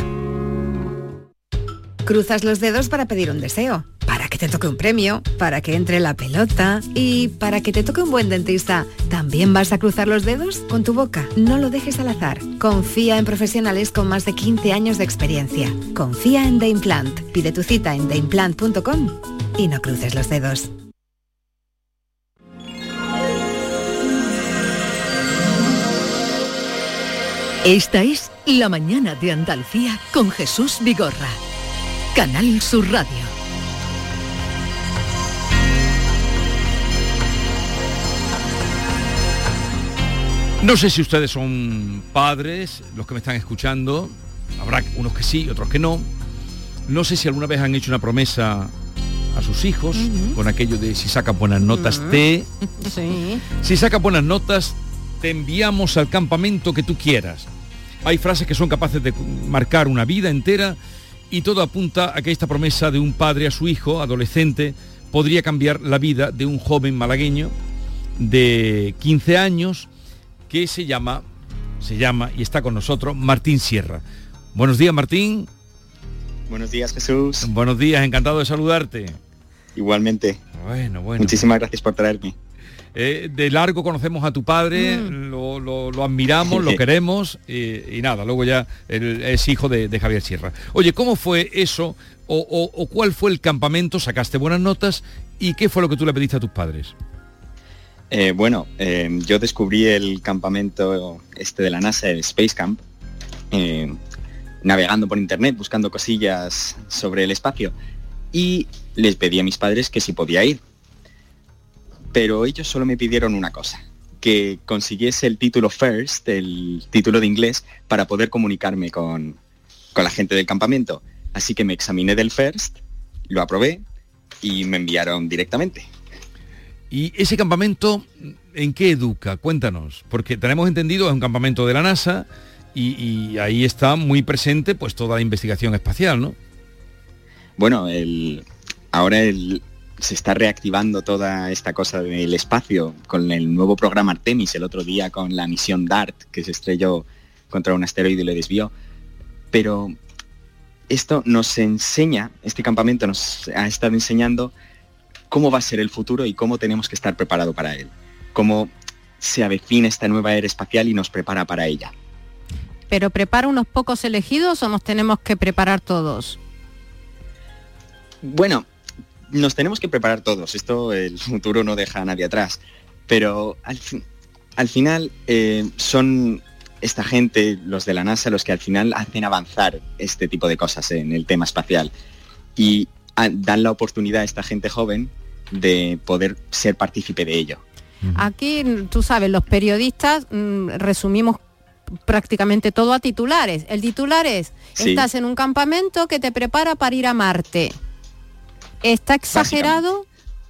Cruzas los dedos para pedir un deseo, para que te toque un premio, para que entre la pelota y para que te toque un buen dentista. ¿También vas a cruzar los dedos? Con tu boca, no lo dejes al azar. Confía en profesionales con más de 15 años de experiencia. Confía en The Implant. Pide tu cita en theimplant.com y no cruces los dedos. Esta es La Mañana de Andalucía con Jesús Vigorra. Canal Sur Radio. No sé si ustedes son padres, los que me están escuchando, habrá unos que sí, otros que no. No sé si alguna vez han hecho una promesa a sus hijos, con aquello de si sacas buenas notas sí. Si sacas buenas notas, te enviamos al campamento que tú quieras. Hay frases que son capaces de marcar una vida entera. Y todo apunta a que esta promesa de un padre a su hijo, adolescente, podría cambiar la vida de un joven malagueño de 15 años que se llama y está con nosotros Martín Sierra. Buenos días, Martín. Buenos días, Jesús. Buenos días, encantado de saludarte. Igualmente. Bueno. Muchísimas gracias por traerme. De largo conocemos a tu padre, lo admiramos, lo queremos y nada, luego ya él es hijo de Javier Sierra. Oye, ¿cómo fue eso o cuál fue el campamento? ¿Sacaste buenas notas? ¿Y qué fue lo que tú le pediste a tus padres? Yo descubrí el campamento de la NASA, el Space Camp, navegando por internet, buscando cosillas sobre el espacio y les pedí a mis padres que si podía ir. Pero ellos solo me pidieron una cosa, que consiguiese el título FIRST, el título de inglés, para poder comunicarme con la gente del campamento. Así que me examiné del FIRST, lo aprobé y me enviaron directamente. ¿Y ese campamento en qué educa? Cuéntanos, porque tenemos entendido, es un campamento de la NASA y ahí está muy presente pues toda la investigación espacial, ¿no? Bueno, ahora se está reactivando toda esta cosa del espacio con el nuevo programa Artemis, el otro día con la misión DART, que se estrelló contra un asteroide y lo desvió. Pero esto nos enseña, este campamento nos ha estado enseñando cómo va a ser el futuro y cómo tenemos que estar preparados para él. Cómo se avecina esta nueva era espacial y nos prepara para ella. ¿Pero prepara unos pocos elegidos o nos tenemos que preparar todos? Bueno, nos tenemos que preparar todos. Esto, el futuro no deja a nadie atrás. Pero al final son esta gente, los de la NASA, los que al final hacen avanzar este tipo de cosas en el tema espacial. Y dan la oportunidad a esta gente joven de poder ser partícipe de ello. Aquí, tú sabes, los periodistas resumimos prácticamente todo a titulares. El titular es, estás en un campamento que te prepara para ir a Marte. ¿Está exagerado?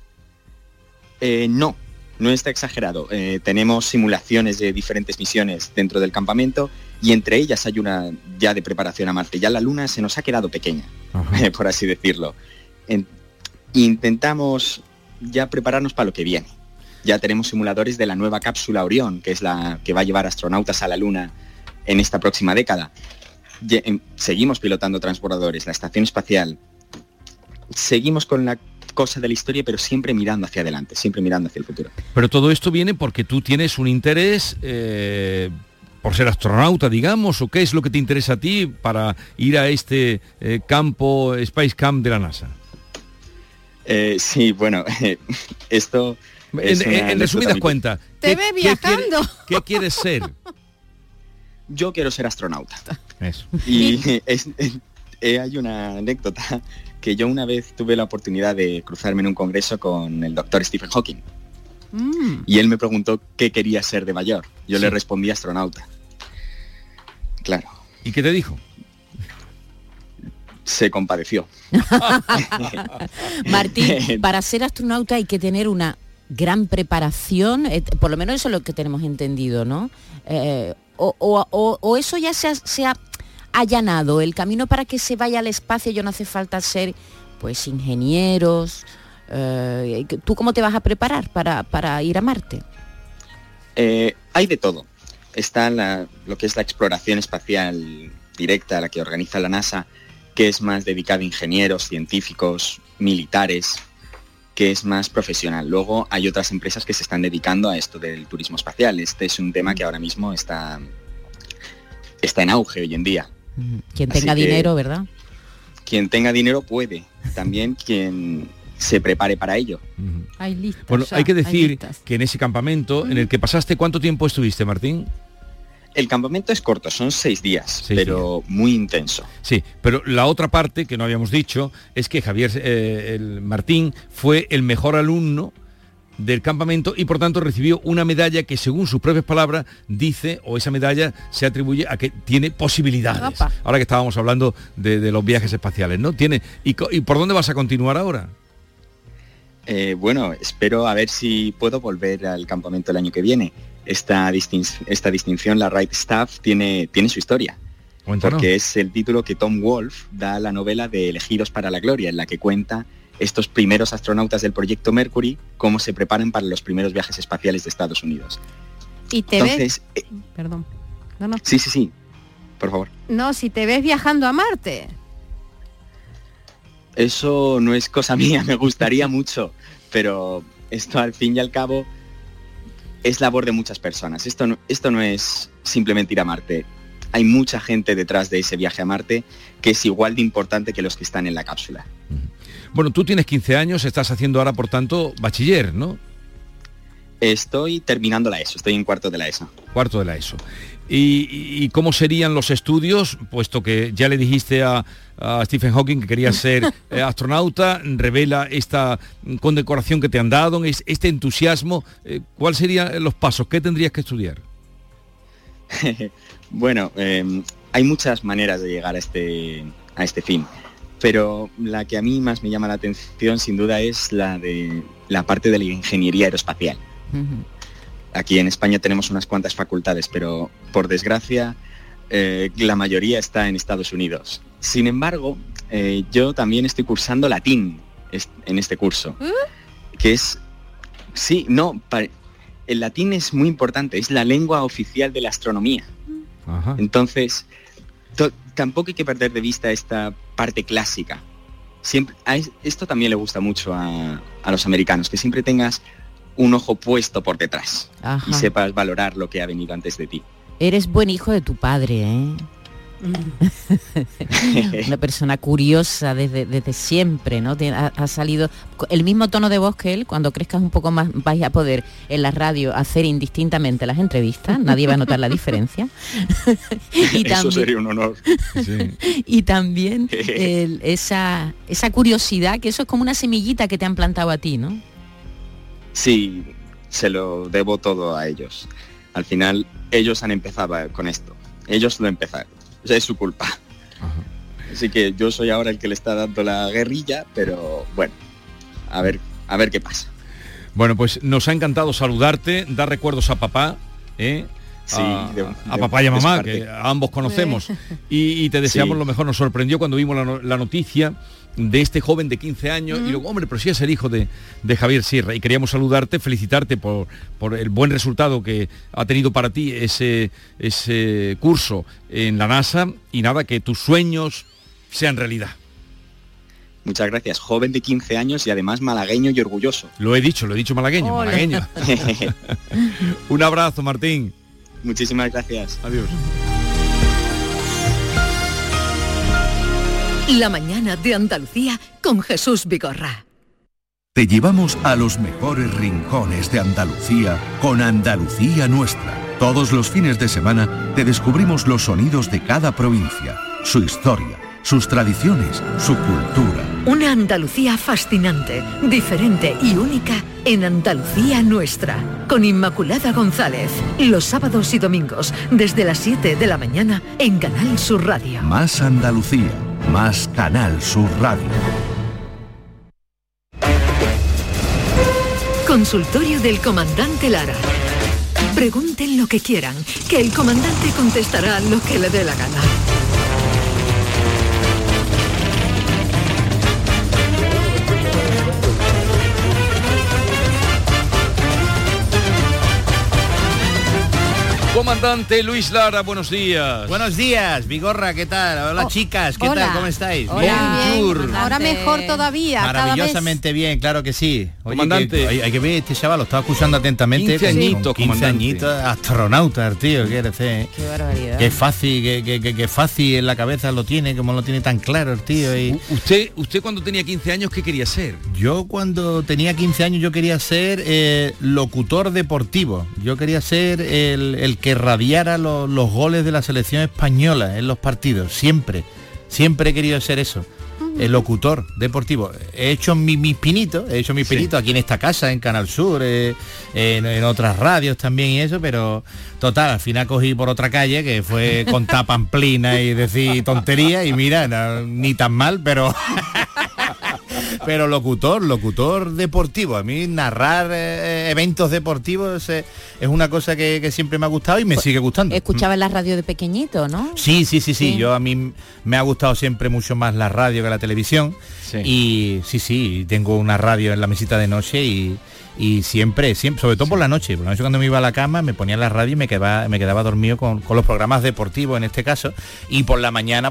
No está exagerado. Tenemos simulaciones de diferentes misiones dentro del campamento y entre ellas hay una ya de preparación a Marte. Ya la Luna se nos ha quedado pequeña, por así decirlo. Intentamos ya prepararnos para lo que viene. Ya tenemos simuladores de la nueva cápsula Orión, que es la que va a llevar astronautas a la Luna en esta próxima década. Seguimos pilotando transbordadores, la estación espacial. Seguimos con la cosa de la historia, pero siempre mirando hacia adelante, siempre mirando hacia el futuro. Pero todo esto viene porque tú tienes un interés por ser astronauta, digamos, o qué es lo que te interesa a ti para ir a este campo, Space Camp de la NASA. Sí, bueno, esto... En resumidas cuentas, ¿te ves viajando? ¿Qué quieres ser? Yo quiero ser astronauta. Eso. Y hay una anécdota que yo una vez tuve la oportunidad de cruzarme en un congreso con el doctor Stephen Hawking. Y él me preguntó qué quería ser de mayor. Yo le respondí astronauta. Claro. ¿Y qué te dijo? Se compadeció. Martín, para ser astronauta hay que tener una gran preparación, por lo menos eso es lo que tenemos entendido, ¿no? O eso ya se ha allanado el camino para que se vaya al espacio. Ya no hace falta ser pues ingenieros. ¿Tú cómo te vas a preparar para ir a Marte? Hay de todo. Está lo que es la exploración espacial directa, la que organiza la NASA, que es más dedicada a ingenieros, científicos, militares, que es más profesional. Luego hay otras empresas que se están dedicando a esto del turismo espacial. Este es un tema que ahora mismo está en auge hoy en día. Quien tenga dinero, ¿verdad? Quien tenga dinero puede. También quien se prepare para ello. Hay listas. Bueno, hay que decir que en ese campamento en el que pasaste, ¿cuánto tiempo estuviste, Martín? El campamento es corto, son 6 días, pero muy intenso. Sí, pero la otra parte que no habíamos dicho es que Martín fue el mejor alumno del campamento y por tanto recibió una medalla que, según sus propias palabras, dice, o esa medalla se atribuye a que tiene posibilidades. Opa. Ahora que estábamos hablando de los viajes espaciales, ¿no? ¿Y por dónde vas a continuar ahora? Bueno, espero a ver si puedo volver al campamento el año que viene. Esta distinción, la Right Stuff, tiene su historia. Cuéntanos. Porque es el título que Tom Wolfe da a la novela de Elegidos para la Gloria, en la que cuenta estos primeros astronautas del proyecto Mercury, cómo se preparan para los primeros viajes espaciales de Estados Unidos. ¿Y te ves? Perdón. No. Sí, por favor. No, si te ves viajando a Marte. Eso no es cosa mía, me gustaría mucho, pero esto al fin y al cabo es labor de muchas personas. Esto no es simplemente ir a Marte. Hay mucha gente detrás de ese viaje a Marte que es igual de importante que los que están en la cápsula. Bueno, tú tienes 15 años, estás haciendo ahora, por tanto, bachiller, ¿no? Estoy terminando la ESO, estoy en cuarto de la ESO. Cuarto de la ESO. ¿Y cómo serían los estudios? Puesto que ya le dijiste a Stephen Hawking que querías ser astronauta, revela esta condecoración que te han dado, este entusiasmo. ¿Cuáles serían los pasos? ¿Qué tendrías que estudiar? Bueno, hay muchas maneras de llegar a este fin, pero la que a mí más me llama la atención sin duda es la de la parte de la ingeniería aeroespacial. Aquí en España tenemos unas cuantas facultades, pero por desgracia la mayoría está en Estados Unidos. Sin embargo, yo también estoy cursando latín en este curso, que es... Sí, no, el latín es muy importante, es la lengua oficial de la astronomía. Ajá. Entonces, tampoco hay que perder de vista esta parte clásica siempre, esto también le gusta mucho a los americanos, que siempre tengas un ojo puesto por detrás. Ajá. Y sepas valorar lo que ha venido antes de ti. Eres buen hijo de tu padre, ¿eh? Una persona curiosa desde siempre, ¿no? Ha salido el mismo tono de voz que él. Cuando crezcas un poco más vais a poder en la radio hacer indistintamente las entrevistas, nadie va a notar la diferencia. Y eso sería un honor. Sí. Y también esa curiosidad, que eso es como una semillita que te han plantado a ti, ¿no? Sí, se lo debo todo a ellos. Al final ellos han empezado con esto, ellos lo empezaron. O sea, es su culpa. Ajá. Así que yo soy ahora el que le está dando la guerrilla, pero bueno, a ver qué pasa. Bueno, pues nos ha encantado saludarte, dar recuerdos a papá, Sí, a papá y a mamá, que a ambos conocemos, y te deseamos lo mejor. Nos sorprendió cuando vimos la noticia de este joven de 15 años, y luego, hombre, pero sí es el hijo de Javier Sierra, y queríamos saludarte, felicitarte por el buen resultado que ha tenido para ti ese curso en la NASA, y nada, que tus sueños sean realidad. Muchas gracias. Joven de 15 años y además malagueño y orgulloso. Lo he dicho malagueño. Un abrazo, Martín. Muchísimas gracias. Adiós. La mañana de Andalucía con Jesús Vigorra. Te llevamos a los mejores rincones de Andalucía con Andalucía Nuestra. Todos los fines de semana te descubrimos los sonidos de cada provincia, su historia, sus tradiciones, su cultura. Una Andalucía fascinante, diferente y única en Andalucía Nuestra, con Inmaculada González, los sábados y domingos, desde las 7 de la mañana en Canal Sur Radio. Más Andalucía, más Canal Sur Radio. Consultorio del comandante Lara. Pregunten lo que quieran, que el comandante contestará lo que le dé la gana. Comandante Luis Lara, buenos días. Buenos días, Vigorra, ¿qué tal? Hola, chicas, ¿qué tal? ¿Cómo estáis? Bien. Ahora mejor todavía. Maravillosamente bien, claro que sí. Oye, comandante. Hay que ver este chaval, lo estaba escuchando atentamente. 15 añitos, 15 añitos, astronauta, el tío, ¿qué eres? Qué barbaridad. Qué fácil, qué fácil en la cabeza lo tiene, como lo tiene tan claro el tío. Y... ¿Usted cuando tenía 15 años qué quería ser? Yo cuando tenía 15 años yo quería ser locutor deportivo. Yo quería ser el que radiara los goles de la selección española en los partidos. Siempre he querido ser eso. El locutor deportivo. He hecho mis pinitos aquí en esta casa, en Canal Sur, en otras radios también y eso, pero total, al final cogí por otra calle que fue contar pamplina y decir tonterías, y mira, ni tan mal, pero pero locutor deportivo. A mí narrar eventos deportivos es una cosa que siempre me ha gustado y me sigue gustando. Escuchaba en la radio de pequeñito, ¿no? Sí. Yo a mí me ha gustado siempre mucho más la radio que la televisión. Sí. Y sí, tengo una radio en la mesita de noche y siempre, sobre todo por la noche cuando me iba a la cama me ponía la radio y me quedaba dormido con los programas deportivos en este caso, y por la mañana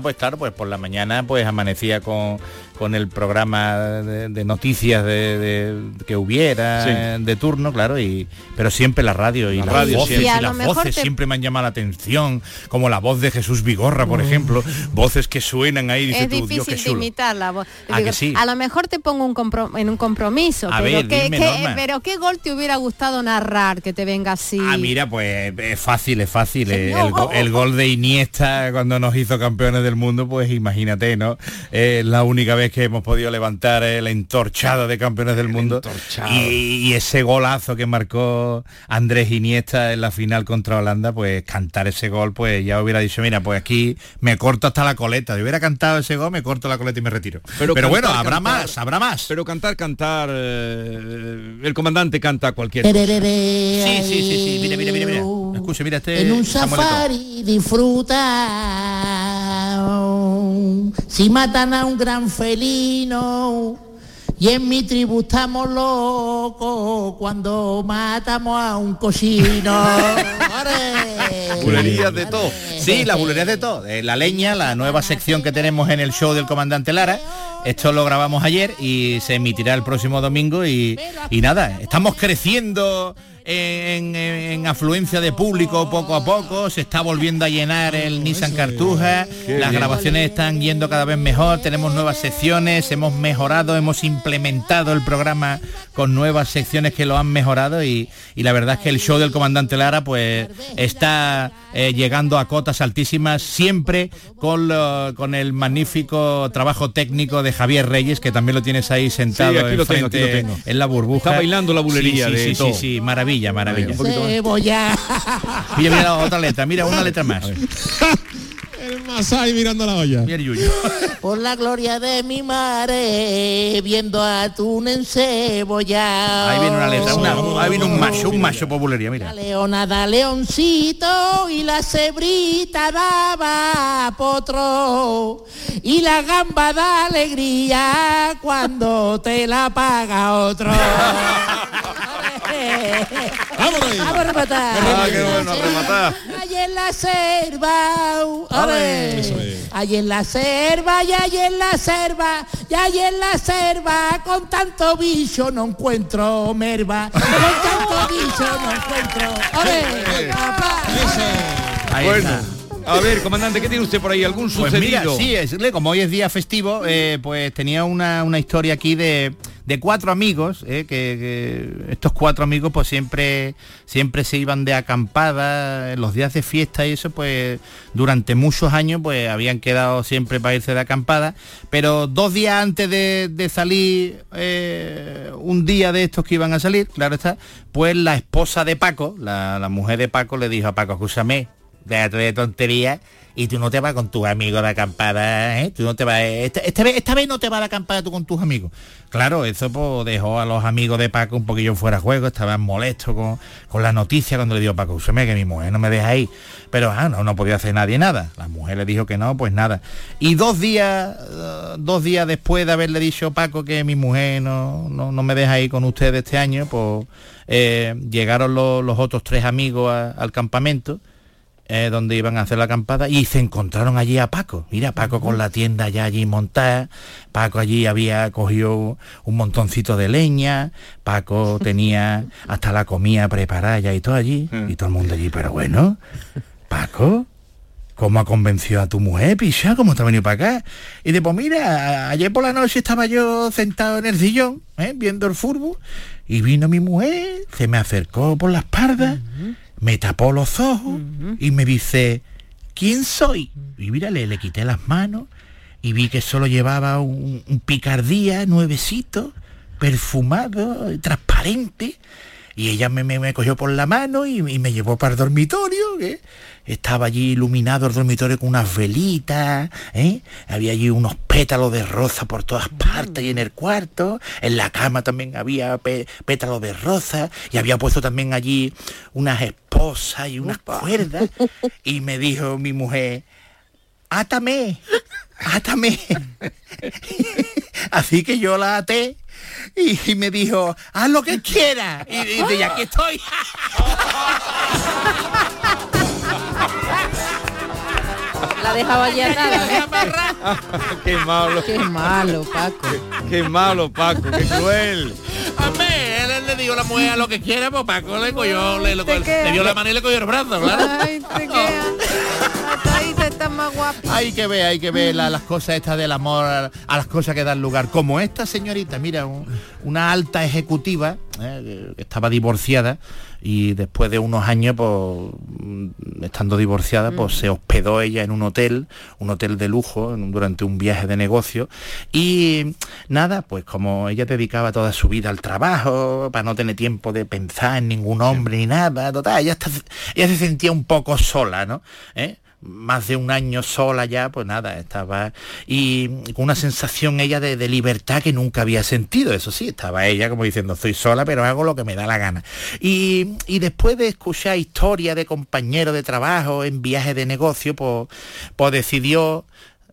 amanecía con el programa de noticias que hubiera de turno, claro, pero siempre la radio y las voces siempre me han llamado la atención, como la voz de Jesús Vigorra, por ejemplo, voces que suenan ahí, dice, es difícil Dios, qué chulo. De imitar la voz. Sí? A lo mejor te pongo en un compromiso, pero ¿qué gol te hubiera gustado narrar que te venga así? Mira, pues es fácil. El gol de Iniesta cuando nos hizo campeones del mundo, pues imagínate, ¿no? La única vez que hemos podido levantar el entorchado de campeones del mundo. Y ese golazo que marcó Andrés Iniesta en la final contra Holanda, pues cantar ese gol, pues ya hubiera dicho, mira, pues aquí me corto hasta la coleta. Si hubiera cantado ese gol, me corto la coleta y me retiro. Pero bueno, habrá más. Pero cantar, el comandante canta cualquier cosa. Sí. Mira. Escuche, mira este. En un safari disfruta. Si matan a un gran felino. Y en mi tribu estamos locos cuando matamos a un cochino. Bulerías de todo. Sí, las bulerías de todo. La leña, la nueva sección que tenemos en el show del comandante Lara, Esto lo grabamos ayer y se emitirá el próximo domingo y nada, estamos creciendo en afluencia de público poco a poco, se está volviendo a llenar el Nissan Cartuja, las grabaciones están yendo cada vez mejor, tenemos nuevas secciones, hemos mejorado, hemos implementado el programa con nuevas secciones que lo han mejorado y la verdad es que el show del Comandante Lara pues está llegando a cotas altísimas, siempre con el magnífico trabajo técnico de Javier Reyes, que también lo tienes ahí sentado aquí lo tengo. En la burbuja. Está bailando la bulería sí, maravilla. Cebolla. Mira otra letra, mira una letra más. El Masai mirando la olla. Mira el Yuyo. Por la gloria de mi madre, viendo atún encebollado. Ahí viene una letra, ahí viene un macho populería, mira. La leona da leoncito y la cebrita daba potro y la gamba da alegría cuando te la paga otro. ¡Vámonos! ¡Vamos a rematar! ¡Qué bueno, a rematar! Allí en la selva, allí en la selva, y allí en la selva, y allí en la selva, con tanto bicho no encuentro merva, con tanto bicho no encuentro. Bueno, a ver, comandante, ¿qué tiene usted por ahí? ¿Algún sucedido? Pues mira, como hoy es día festivo, pues tenía una historia aquí de 4 amigos, que estos 4 amigos pues siempre se iban de acampada en los días de fiesta y eso, pues durante muchos años pues habían quedado siempre para irse de acampada, pero 2 días antes de salir, un día de estos que iban a salir, claro está, pues la esposa de Paco, la mujer de Paco, le dijo a Paco: escúchame, déjate de tonterías y tú no te vas con tus amigos de acampada, ¿eh? Tú no te vas, esta vez no te vas de acampada tú con tus amigos. Claro, eso pues dejó a los amigos de Paco un poquillo fuera de juego, estaban molestos con la noticia cuando le dijo: Paco, escúchame, que mi mujer no me deja ahí. Pero no podía hacer nadie nada. La mujer le dijo que no, pues nada. Y 2 días después de haberle dicho Paco que mi mujer no me deja ir con ustedes este año, pues llegaron los otros 3 amigos al campamento, donde iban a hacer la acampada, y se encontraron allí a Paco. Mira, Paco con la tienda ya allí montada, Paco allí había cogido un montoncito de leña, Paco tenía hasta la comida preparada ya y todo allí, y todo el mundo allí, pero bueno, Paco, ¿cómo ha convencido a tu mujer, picha? ¿Cómo te ha venido para acá? Y después, mira, ayer por la noche estaba yo sentado en el sillón, viendo el fútbol, y vino mi mujer, se me acercó por la espalda, me tapó los ojos y me dice: ¿quién soy? Y mira, le quité las manos y vi que solo llevaba un picardía nuevecito, perfumado, transparente, y ella me cogió por la mano y me llevó para el dormitorio, que estaba allí iluminado el dormitorio con unas velitas, había allí unos pétalos de rosa por todas partes y en el cuarto, en la cama también había pétalos de rosa, y había puesto también allí unas esposas y unas cuerdas, y me dijo mi mujer: átame. Así que yo la até y me dijo: haz lo que quieras, y ya aquí estoy. La dejaba allí atada. Qué malo, Paco. Qué malo, Paco, qué cruel. Él le dijo a la mujer a lo que quiera, pues Paco le cogió, le dio la mano y le cogió el brazo, claro. Ay, te queda. Hasta ahí te estás más guapo. Hay que ver las cosas estas del amor, a las cosas que dan lugar. Como esta señorita, mira, una alta ejecutiva, que estaba divorciada, y después de unos años, pues, estando divorciada, pues se hospedó ella en un hotel de lujo, durante un viaje de negocio, y nada, pues como ella dedicaba toda su vida al trabajo, para no tener tiempo de pensar en ningún hombre ni nada, total, ella se sentía un poco sola, ¿no? Más de un año sola ya, pues nada, estaba y con una sensación ella de libertad que nunca había sentido. Eso sí, estaba ella como diciendo: estoy sola, pero hago lo que me da la gana. Y después de escuchar historias de compañeros de trabajo en viajes de negocio, pues decidió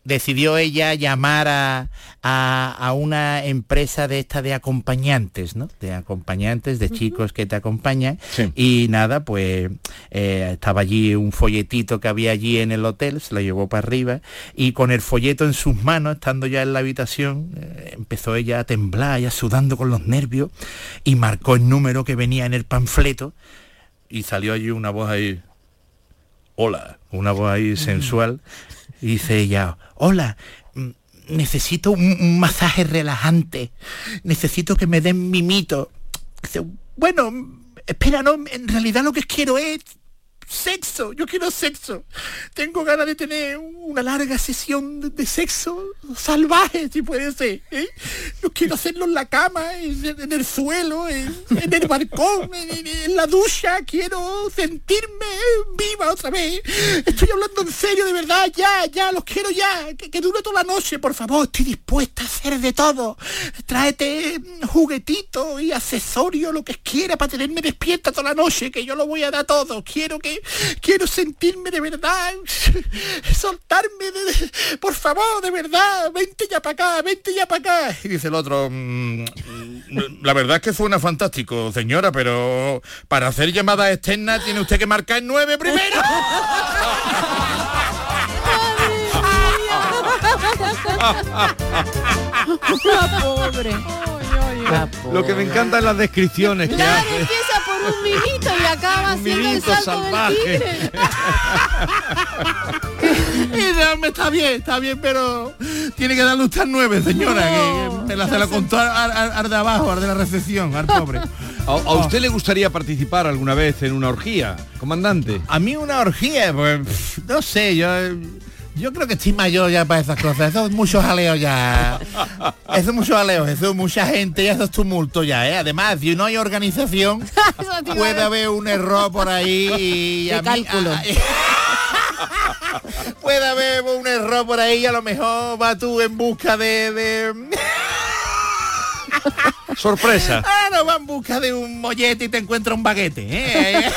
decidió ella llamar a una empresa de esta de acompañantes, ¿no? De acompañantes, de chicos que te acompañan. Sí. Y nada, pues estaba allí un folletito que había allí en el hotel, se lo llevó para arriba y con el folleto en sus manos, estando ya en la habitación, empezó ella a temblar, ya sudando con los nervios, y marcó el número que venía en el panfleto y salió allí una voz ahí, hola, una voz ahí sensual, y dice ella, hola, necesito un masaje relajante, necesito que me den mimito. Dice, bueno, espera, no, en realidad lo que quiero es sexo, yo quiero sexo. Tengo ganas de tener una larga sesión de sexo salvaje, si puede ser, ¿eh? No quiero hacerlo en la cama, en el suelo, en el balcón, en la ducha. Quiero sentirme viva otra vez. Estoy hablando en serio, de verdad, ya, los quiero ya. Que dure toda la noche, por favor. Estoy dispuesta a hacer de todo. Tráete juguetitos y accesorios, lo que quiera, para tenerme despierta toda la noche, que yo lo voy a dar todo. Quiero sentirme de verdad, soltarme, por favor, de verdad, vente ya para acá. Y dice el otro, la verdad es que suena fantástico, señora, pero para hacer llamadas externas tiene usted que marcar el 9 primero. La pobre. Lo que me encantan las descripciones que hace. Empieza por un mimito y acaba haciendo el salto salvaje del tigre. Y no, está bien, pero tiene que darle usted 9, señora, no, que me la contó al de abajo, al de la recepción, al pobre. ¿A usted le gustaría participar alguna vez en una orgía, comandante? A mí una orgía, pues no sé, yo creo que estoy mayor ya para esas cosas. Eso es mucho jaleo ya. Eso es mucho jaleo, eso es mucha gente y eso es tumulto ya, ¿eh? Además, si no hay organización, puede haber un error por ahí. De cálculo. Puede haber un error por ahí y a lo mejor vas tú en busca de... Sorpresa. No, va en busca de un mollete y te encuentra un baguete, ¿eh?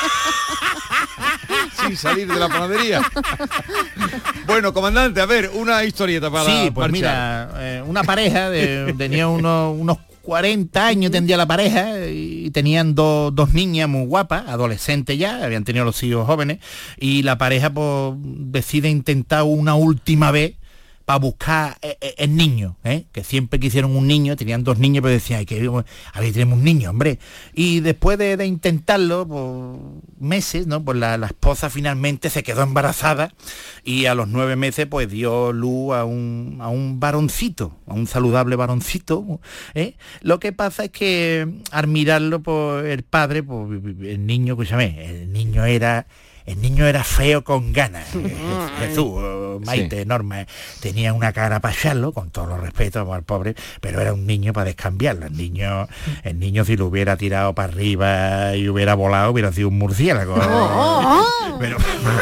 Sin salir de la panadería. Bueno, comandante, a ver, una historieta para sí, pues marchar. Mira, una pareja tenía unos 40 años tendría la pareja y tenían dos niñas muy guapas, adolescentes ya, habían tenido los hijos jóvenes, y la pareja pues decide intentar una última vez para buscar el niño, que siempre quisieron un niño, tenían 2 niños, pero decían, a ver, tenemos un niño, hombre. Y después de intentarlo, por meses, ¿no? Pues la esposa finalmente se quedó embarazada y a los 9 meses pues dio luz a un varoncito, a un saludable varoncito. Lo que pasa es que al mirarlo, pues el padre, pues el niño, escúchame, el niño era feo con ganas. Jesús, Maite, sí. Norma, tenía una cara para echarlo, con todos los respetos al pobre, pero era un niño para descambiarlo. El niño si lo hubiera tirado para arriba y hubiera volado, hubiera sido un murciélago. Pero...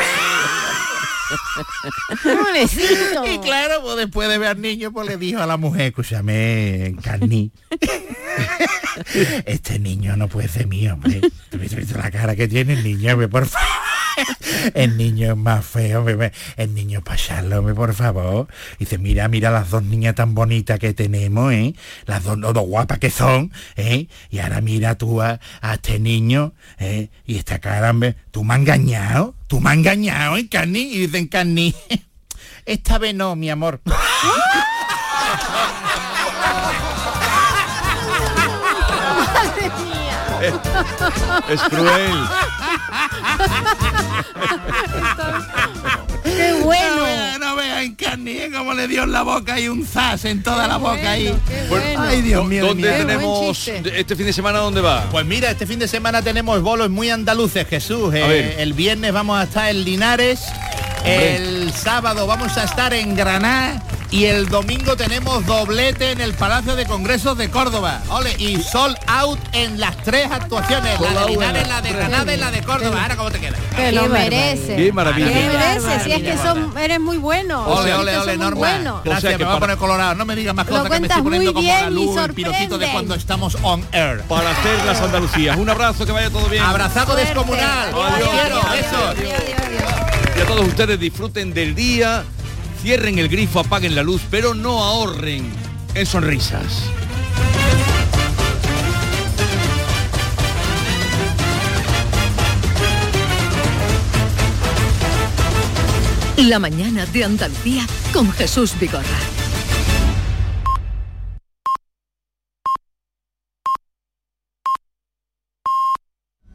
Y claro, pues después de ver al niño, pues le dijo a la mujer, escúchame, Carní, este niño no puede ser mío, hombre. ¿Tú has visto la cara que tiene el niño, hombre, por favor? El niño es más feo, hombre. El niño es para echarlo, hombre, por favor. Y dice, mira las 2 niñas tan bonitas que tenemos, las dos guapas que son, y ahora mira tú a este niño, y esta cara, hombre, tú me has engañado, Carní. Y dicen, Carní, esta vez no, mi amor. Es cruel. ¡Qué bueno! No vean, Carní, como le dio en la boca y un zas en toda la boca ahí. Bueno. Ay, Dios mío. ¿Dónde tenemos este fin de semana? ¿Dónde va? Pues mira, este fin de semana tenemos bolos muy andaluces, Jesús. El viernes vamos a estar en Linares. Hombre. El sábado vamos a estar en Granada y el domingo tenemos doblete en el Palacio de Congresos de Córdoba. Ole, y sold out en las 3 actuaciones, la de Linares, la de Granada y la de Córdoba. Ahora, ¿cómo te queda? Que lo merece. Qué maravilla. Que merece, si es que eres muy bueno. Ole, Norma. Bueno. Gracias, o sea, me voy a poner colorado. No me digas más cosas, que me estoy poniendo como la luz, el pilotito de cuando estamos on air. Para hacer las Andalucías. Un abrazo, que vaya todo bien. Abrazado descomunal. Adiós. Quiero, besos. Y a todos ustedes disfruten del día cierren el grifo, apaguen la luz, pero no ahorren en sonrisas. La mañana de Andalucía con Jesús Vigorra.